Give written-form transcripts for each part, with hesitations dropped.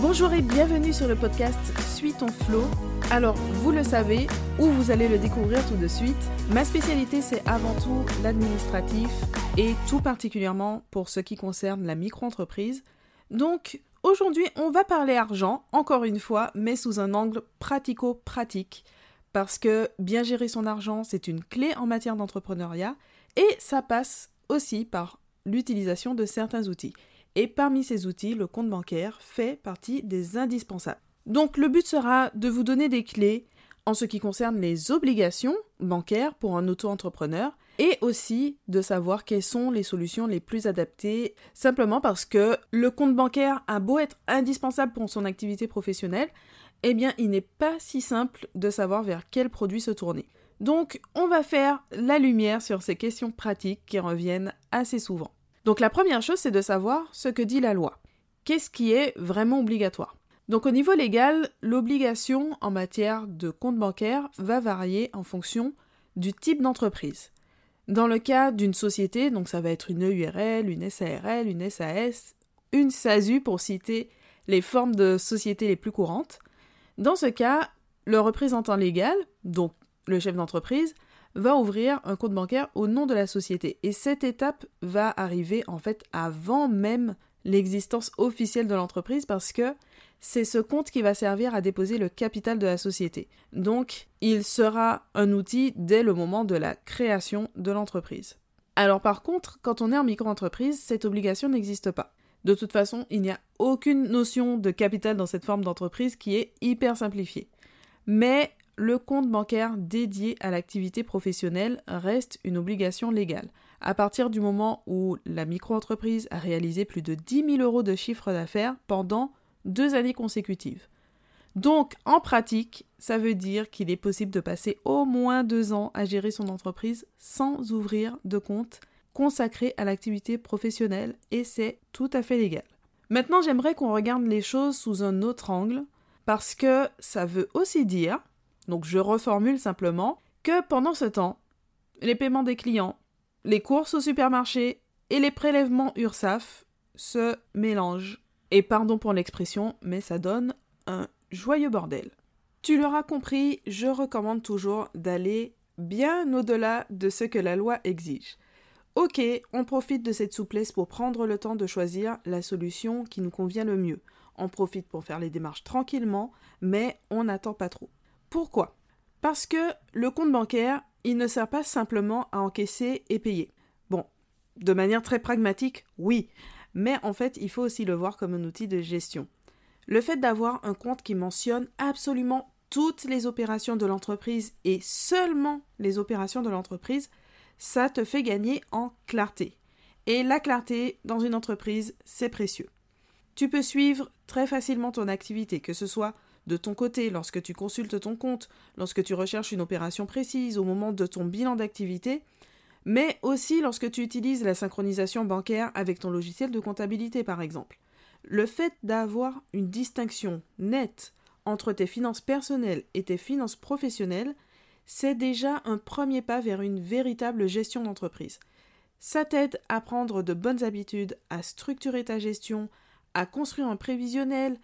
Bonjour et bienvenue sur le podcast Suis ton flow. Alors, vous le savez, ou vous allez le découvrir tout de suite, ma spécialité c'est avant tout l'administratif et tout particulièrement pour ce qui concerne la micro-entreprise. Donc, aujourd'hui, on va parler argent, encore une fois, mais sous un angle pratico-pratique. Parce que bien gérer son argent, c'est une clé en matière d'entrepreneuriat et ça passe aussi par l'utilisation de certains outils. Et parmi ces outils, le compte bancaire fait partie des indispensables. Donc le but sera de vous donner des clés en ce qui concerne les obligations bancaires pour un auto-entrepreneur et aussi de savoir quelles sont les solutions les plus adaptées, simplement parce que le compte bancaire a beau être indispensable pour son activité professionnelle, eh bien il n'est pas si simple de savoir vers quel produit se tourner. Donc on va faire la lumière sur ces questions pratiques qui reviennent assez souvent. Donc la première chose, c'est de savoir ce que dit la loi. Qu'est-ce qui est vraiment obligatoire ? Donc au niveau légal, l'obligation en matière de compte bancaire va varier en fonction du type d'entreprise. Dans le cas d'une société, donc ça va être une EURL, une SARL, une SAS, une SASU pour citer les formes de sociétés les plus courantes. Dans ce cas, le représentant légal, donc le chef d'entreprise, va ouvrir un compte bancaire au nom de la société. Et cette étape va arriver en fait avant même l'existence officielle de l'entreprise parce que c'est ce compte qui va servir à déposer le capital de la société. Donc, il sera un outil dès le moment de la création de l'entreprise. Alors par contre, quand on est en micro-entreprise, cette obligation n'existe pas. De toute façon, il n'y a aucune notion de capital dans cette forme d'entreprise qui est hyper simplifiée. Mais le compte bancaire dédié à l'activité professionnelle reste une obligation légale. À partir du moment où la micro-entreprise a réalisé plus de 10 000 € de chiffre d'affaires pendant 2 années consécutives. Donc, en pratique, ça veut dire qu'il est possible de passer au moins 2 ans à gérer son entreprise sans ouvrir de compte consacré à l'activité professionnelle et c'est tout à fait légal. Maintenant, j'aimerais qu'on regarde les choses sous un autre angle parce que ça veut aussi dire, donc je reformule simplement, que pendant ce temps, les paiements des clients, les courses au supermarché et les prélèvements URSSAF se mélangent. Et pardon pour l'expression, mais ça donne un joyeux bordel. Tu l'auras compris, je recommande toujours d'aller bien au-delà de ce que la loi exige. Ok, on profite de cette souplesse pour prendre le temps de choisir la solution qui nous convient le mieux. On profite pour faire les démarches tranquillement, mais on n'attend pas trop. Pourquoi ? Parce que le compte bancaire, il ne sert pas simplement à encaisser et payer. Bon, de manière très pragmatique, oui, mais en fait, il faut aussi le voir comme un outil de gestion. Le fait d'avoir un compte qui mentionne absolument toutes les opérations de l'entreprise et seulement les opérations de l'entreprise, ça te fait gagner en clarté. Et la clarté dans une entreprise, c'est précieux. Tu peux suivre très facilement ton activité, que ce soit de ton côté, lorsque tu consultes ton compte, lorsque tu recherches une opération précise, au moment de ton bilan d'activité, mais aussi lorsque tu utilises la synchronisation bancaire avec ton logiciel de comptabilité, par exemple. Le fait d'avoir une distinction nette entre tes finances personnelles et tes finances professionnelles, c'est déjà un premier pas vers une véritable gestion d'entreprise. Ça t'aide à prendre de bonnes habitudes, à structurer ta gestion, à construire un prévisionnel,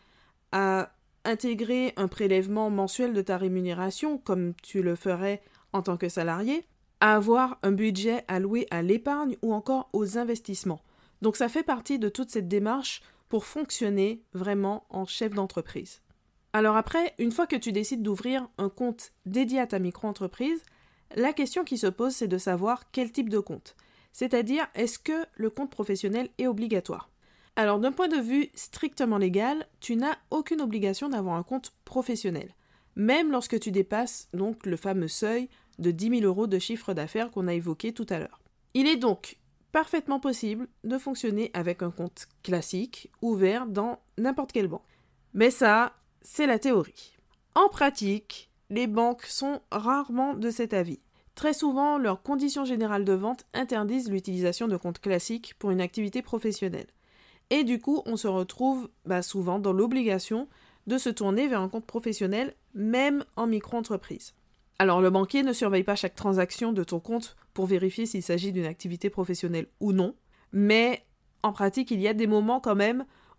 à intégrer un prélèvement mensuel de ta rémunération comme tu le ferais en tant que salarié, à avoir un budget alloué à l'épargne ou encore aux investissements. Donc ça fait partie de toute cette démarche pour fonctionner vraiment en chef d'entreprise. Alors après, une fois que tu décides d'ouvrir un compte dédié à ta micro-entreprise, la question qui se pose c'est de savoir quel type de compte. C'est-à-dire, est-ce que le compte professionnel est obligatoire ? Alors, d'un point de vue strictement légal, tu n'as aucune obligation d'avoir un compte professionnel, même lorsque tu dépasses donc le fameux seuil de 10 000 € de chiffre d'affaires qu'on a évoqué tout à l'heure. Il est donc parfaitement possible de fonctionner avec un compte classique, ouvert dans n'importe quelle banque. Mais ça, c'est la théorie. En pratique, les banques sont rarement de cet avis. Très souvent, leurs conditions générales de vente interdisent l'utilisation de comptes classiques pour une activité professionnelle. Et du coup, on se retrouve souvent dans l'obligation de se tourner vers un compte professionnel, même en micro-entreprise. Alors, le banquier ne surveille pas chaque transaction de ton compte pour vérifier s'il s'agit d'une activité professionnelle ou non, mais en pratique, il y a des moments quand même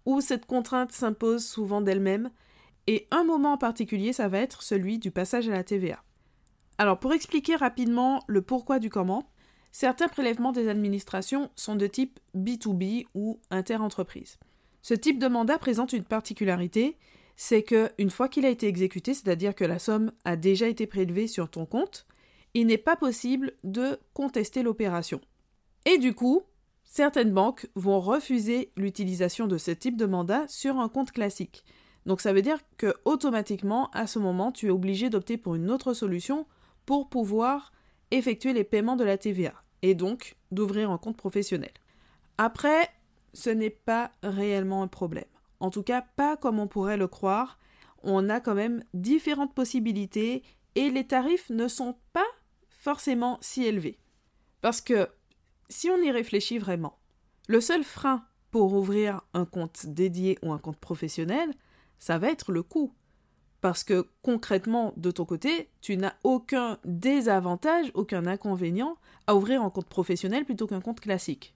où cette contrainte s'impose souvent d'elle-même, et un moment en particulier, ça va être celui du passage à la TVA. Alors pour expliquer rapidement le pourquoi du comment, certains prélèvements des administrations sont de type B2B ou inter-entreprise. Ce type de mandat présente une particularité, c'est qu'une fois qu'il a été exécuté, c'est-à-dire que la somme a déjà été prélevée sur ton compte, il n'est pas possible de contester l'opération. Et du coup, certaines banques vont refuser l'utilisation de ce type de mandat sur un compte classique. Donc ça veut dire que automatiquement, à ce moment, tu es obligé d'opter pour une autre solution pour pouvoir effectuer les paiements de la TVA et donc d'ouvrir un compte professionnel. Après, ce n'est pas réellement un problème. En tout cas, pas comme on pourrait le croire. On a quand même différentes possibilités et les tarifs ne sont pas forcément si élevés. Parce que si on y réfléchit vraiment, le seul frein pour ouvrir un compte dédié ou un compte professionnel, ça va être le coût. Parce que concrètement, de ton côté, tu n'as aucun désavantage, aucun inconvénient à ouvrir un compte professionnel plutôt qu'un compte classique.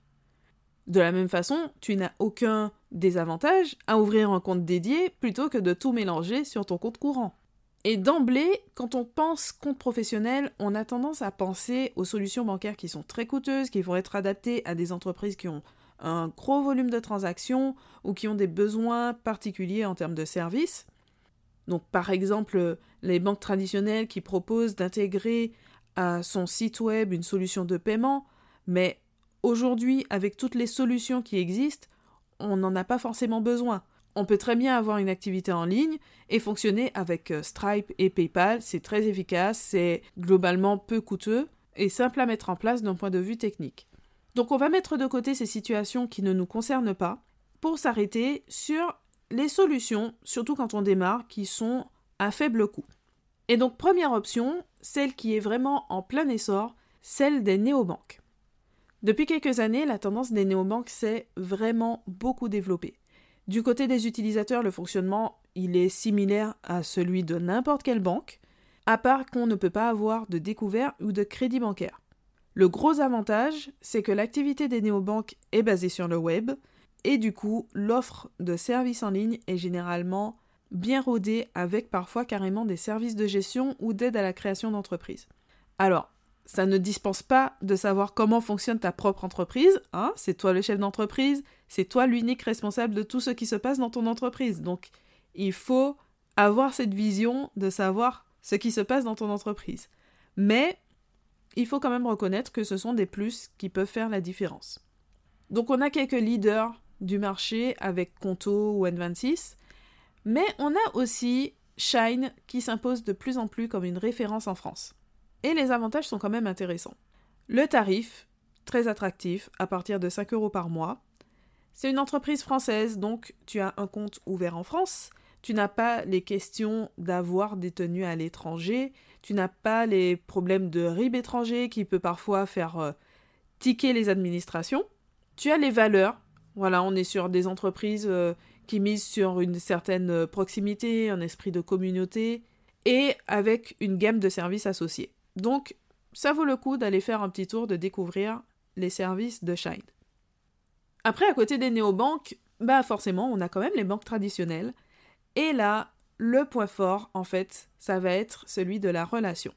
De la même façon, tu n'as aucun désavantage à ouvrir un compte dédié plutôt que de tout mélanger sur ton compte courant. Et d'emblée, quand on pense compte professionnel, on a tendance à penser aux solutions bancaires qui sont très coûteuses, qui vont être adaptées à des entreprises qui ont un gros volume de transactions ou qui ont des besoins particuliers en termes de services. Donc par exemple, les banques traditionnelles qui proposent d'intégrer à son site web une solution de paiement, mais aujourd'hui, avec toutes les solutions qui existent, on n'en a pas forcément besoin. On peut très bien avoir une activité en ligne et fonctionner avec Stripe et PayPal. C'est très efficace, c'est globalement peu coûteux et simple à mettre en place d'un point de vue technique. Donc on va mettre de côté ces situations qui ne nous concernent pas pour s'arrêter sur les solutions, surtout quand on démarre, qui sont à faible coût. Et donc première option, celle qui est vraiment en plein essor, celle des néobanques. Depuis quelques années, la tendance des néobanques s'est vraiment beaucoup développée. Du côté des utilisateurs, le fonctionnement, il est similaire à celui de n'importe quelle banque, à part qu'on ne peut pas avoir de découvert ou de crédit bancaire. Le gros avantage, c'est que l'activité des néobanques est basée sur le web, et du coup, l'offre de services en ligne est généralement bien rodée avec parfois carrément des services de gestion ou d'aide à la création d'entreprises. Alors, ça ne dispense pas de savoir comment fonctionne ta propre entreprise, hein, c'est toi le chef d'entreprise, c'est toi l'unique responsable de tout ce qui se passe dans ton entreprise. Donc, il faut avoir cette vision de savoir ce qui se passe dans ton entreprise. Mais, il faut quand même reconnaître que ce sont des plus qui peuvent faire la différence. Donc, on a quelques leaders du marché avec Conto ou N26, mais on a aussi Shine qui s'impose de plus en plus comme une référence en France. Et les avantages sont quand même intéressants. Le tarif, très attractif, à partir de 5 € par mois. C'est une entreprise française, donc tu as un compte ouvert en France. Tu n'as pas les questions d'avoir détenu à l'étranger. Tu n'as pas les problèmes de RIB étranger qui peut parfois faire tiquer les administrations. Tu as les valeurs. Voilà, on est sur des entreprises qui misent sur une certaine proximité, un esprit de communauté et avec une gamme de services associés. Donc, ça vaut le coup d'aller faire un petit tour, de découvrir les services de Shine. Après, à côté des néobanques, forcément, on a quand même les banques traditionnelles. Et là, le point fort, en fait, ça va être celui de la relation.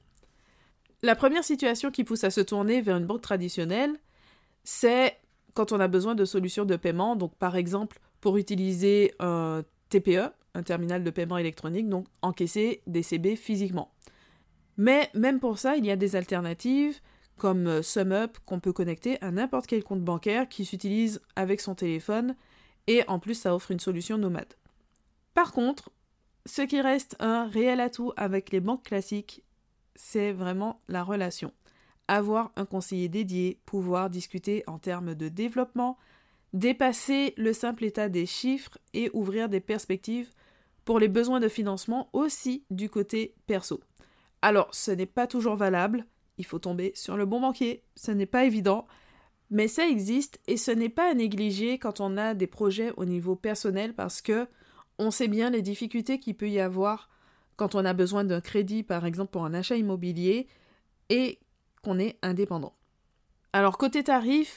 La première situation qui pousse à se tourner vers une banque traditionnelle, c'est quand on a besoin de solutions de paiement. Donc, par exemple, pour utiliser un TPE, un terminal de paiement électronique, donc encaisser des CB physiquement. Mais même pour ça, il y a des alternatives comme SumUp qu'on peut connecter à n'importe quel compte bancaire qui s'utilise avec son téléphone et en plus ça offre une solution nomade. Par contre, ce qui reste un réel atout avec les banques classiques, c'est vraiment la relation. Avoir un conseiller dédié, pouvoir discuter en termes de développement, dépasser le simple état des chiffres et ouvrir des perspectives pour les besoins de financement aussi du côté perso. Alors, ce n'est pas toujours valable, il faut tomber sur le bon banquier, ce n'est pas évident, mais ça existe et ce n'est pas à négliger quand on a des projets au niveau personnel parce que on sait bien les difficultés qu'il peut y avoir quand on a besoin d'un crédit, par exemple pour un achat immobilier, et qu'on est indépendant. Alors, côté tarif,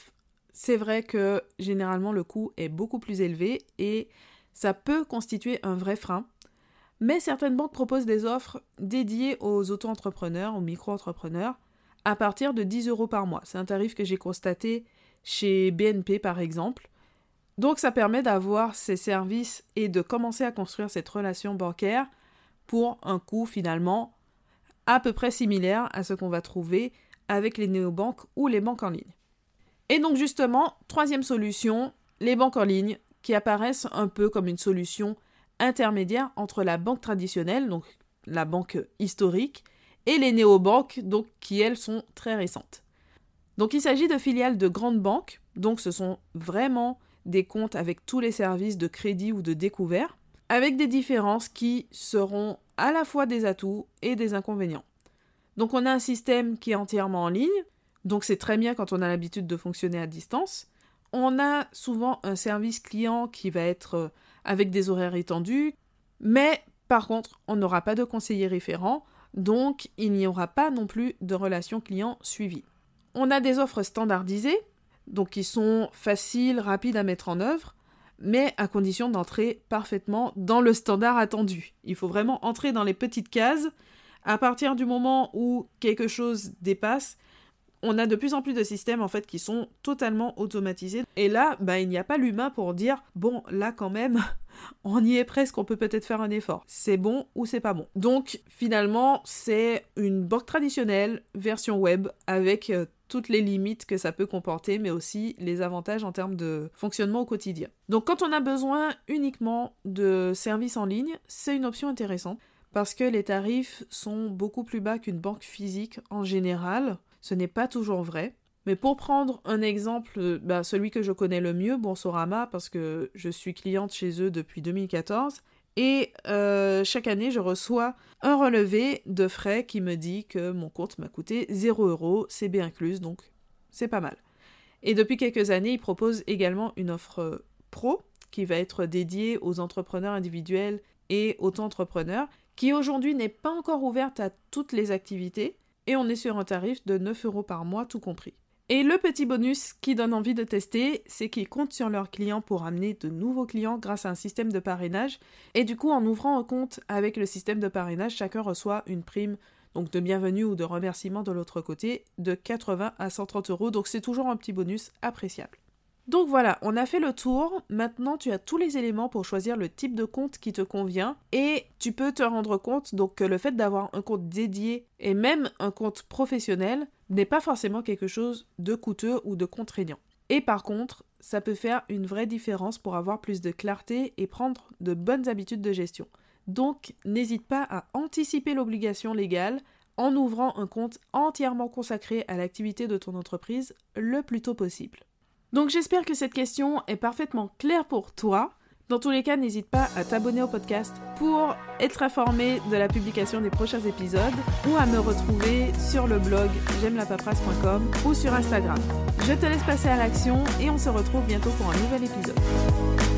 c'est vrai que généralement le coût est beaucoup plus élevé et ça peut constituer un vrai frein. Mais certaines banques proposent des offres dédiées aux auto-entrepreneurs, aux micro-entrepreneurs, à partir de 10 € par mois. C'est un tarif que j'ai constaté chez BNP par exemple. Donc ça permet d'avoir ces services et de commencer à construire cette relation bancaire pour un coût finalement à peu près similaire à ce qu'on va trouver avec les néobanques ou les banques en ligne. Et donc justement, troisième solution, les banques en ligne qui apparaissent un peu comme une solution intermédiaire entre la banque traditionnelle, donc la banque historique, et les néobanques, donc qui elles sont très récentes. Donc il s'agit de filiales de grandes banques, donc ce sont vraiment des comptes avec tous les services de crédit ou de découvert, avec des différences qui seront à la fois des atouts et des inconvénients. Donc on a un système qui est entièrement en ligne, donc c'est très bien quand on a l'habitude de fonctionner à distance. On a souvent un service client qui va être avec des horaires étendus, mais par contre on n'aura pas de conseiller référent, donc il n'y aura pas non plus de relation client suivie. On a des offres standardisées, donc qui sont faciles, rapides à mettre en œuvre, mais à condition d'entrer parfaitement dans le standard attendu. Il faut vraiment entrer dans les petites cases. À partir du moment où quelque chose dépasse, on a de plus en plus de systèmes en fait qui sont totalement automatisés. Et là, il n'y a pas l'humain pour dire « bon, là quand même, on y est presque, on peut peut-être faire un effort. C'est bon ou c'est pas bon ». Donc finalement, c'est une banque traditionnelle, version web, avec toutes les limites que ça peut comporter, mais aussi les avantages en termes de fonctionnement au quotidien. Donc quand on a besoin uniquement de services en ligne, c'est une option intéressante parce que les tarifs sont beaucoup plus bas qu'une banque physique en général. Ce n'est pas toujours vrai. Mais pour prendre un exemple, celui que je connais le mieux, Boursorama, parce que je suis cliente chez eux depuis 2014, et chaque année, je reçois un relevé de frais qui me dit que mon compte m'a coûté 0 €, CB incluse, donc c'est pas mal. Et depuis quelques années, ils proposent également une offre pro qui va être dédiée aux entrepreneurs individuels et auto-entrepreneurs, qui aujourd'hui n'est pas encore ouverte à toutes les activités, et on est sur un tarif de 9 € par mois, tout compris. Et le petit bonus qui donne envie de tester, c'est qu'ils comptent sur leurs clients pour amener de nouveaux clients grâce à un système de parrainage. Et du coup, en ouvrant un compte avec le système de parrainage, chacun reçoit une prime donc de bienvenue ou de remerciement de l'autre côté de 80 à 130 €. Donc c'est toujours un petit bonus appréciable. Donc voilà, on a fait le tour. Maintenant, tu as tous les éléments pour choisir le type de compte qui te convient et tu peux te rendre compte donc que le fait d'avoir un compte dédié et même un compte professionnel n'est pas forcément quelque chose de coûteux ou de contraignant. Et par contre, ça peut faire une vraie différence pour avoir plus de clarté et prendre de bonnes habitudes de gestion. Donc, n'hésite pas à anticiper l'obligation légale en ouvrant un compte entièrement consacré à l'activité de ton entreprise le plus tôt possible. Donc j'espère que cette question est parfaitement claire pour toi. Dans tous les cas, n'hésite pas à t'abonner au podcast pour être informé de la publication des prochains épisodes ou à me retrouver sur le blog j'aimelapaperasse.com ou sur Instagram. Je te laisse passer à l'action et on se retrouve bientôt pour un nouvel épisode.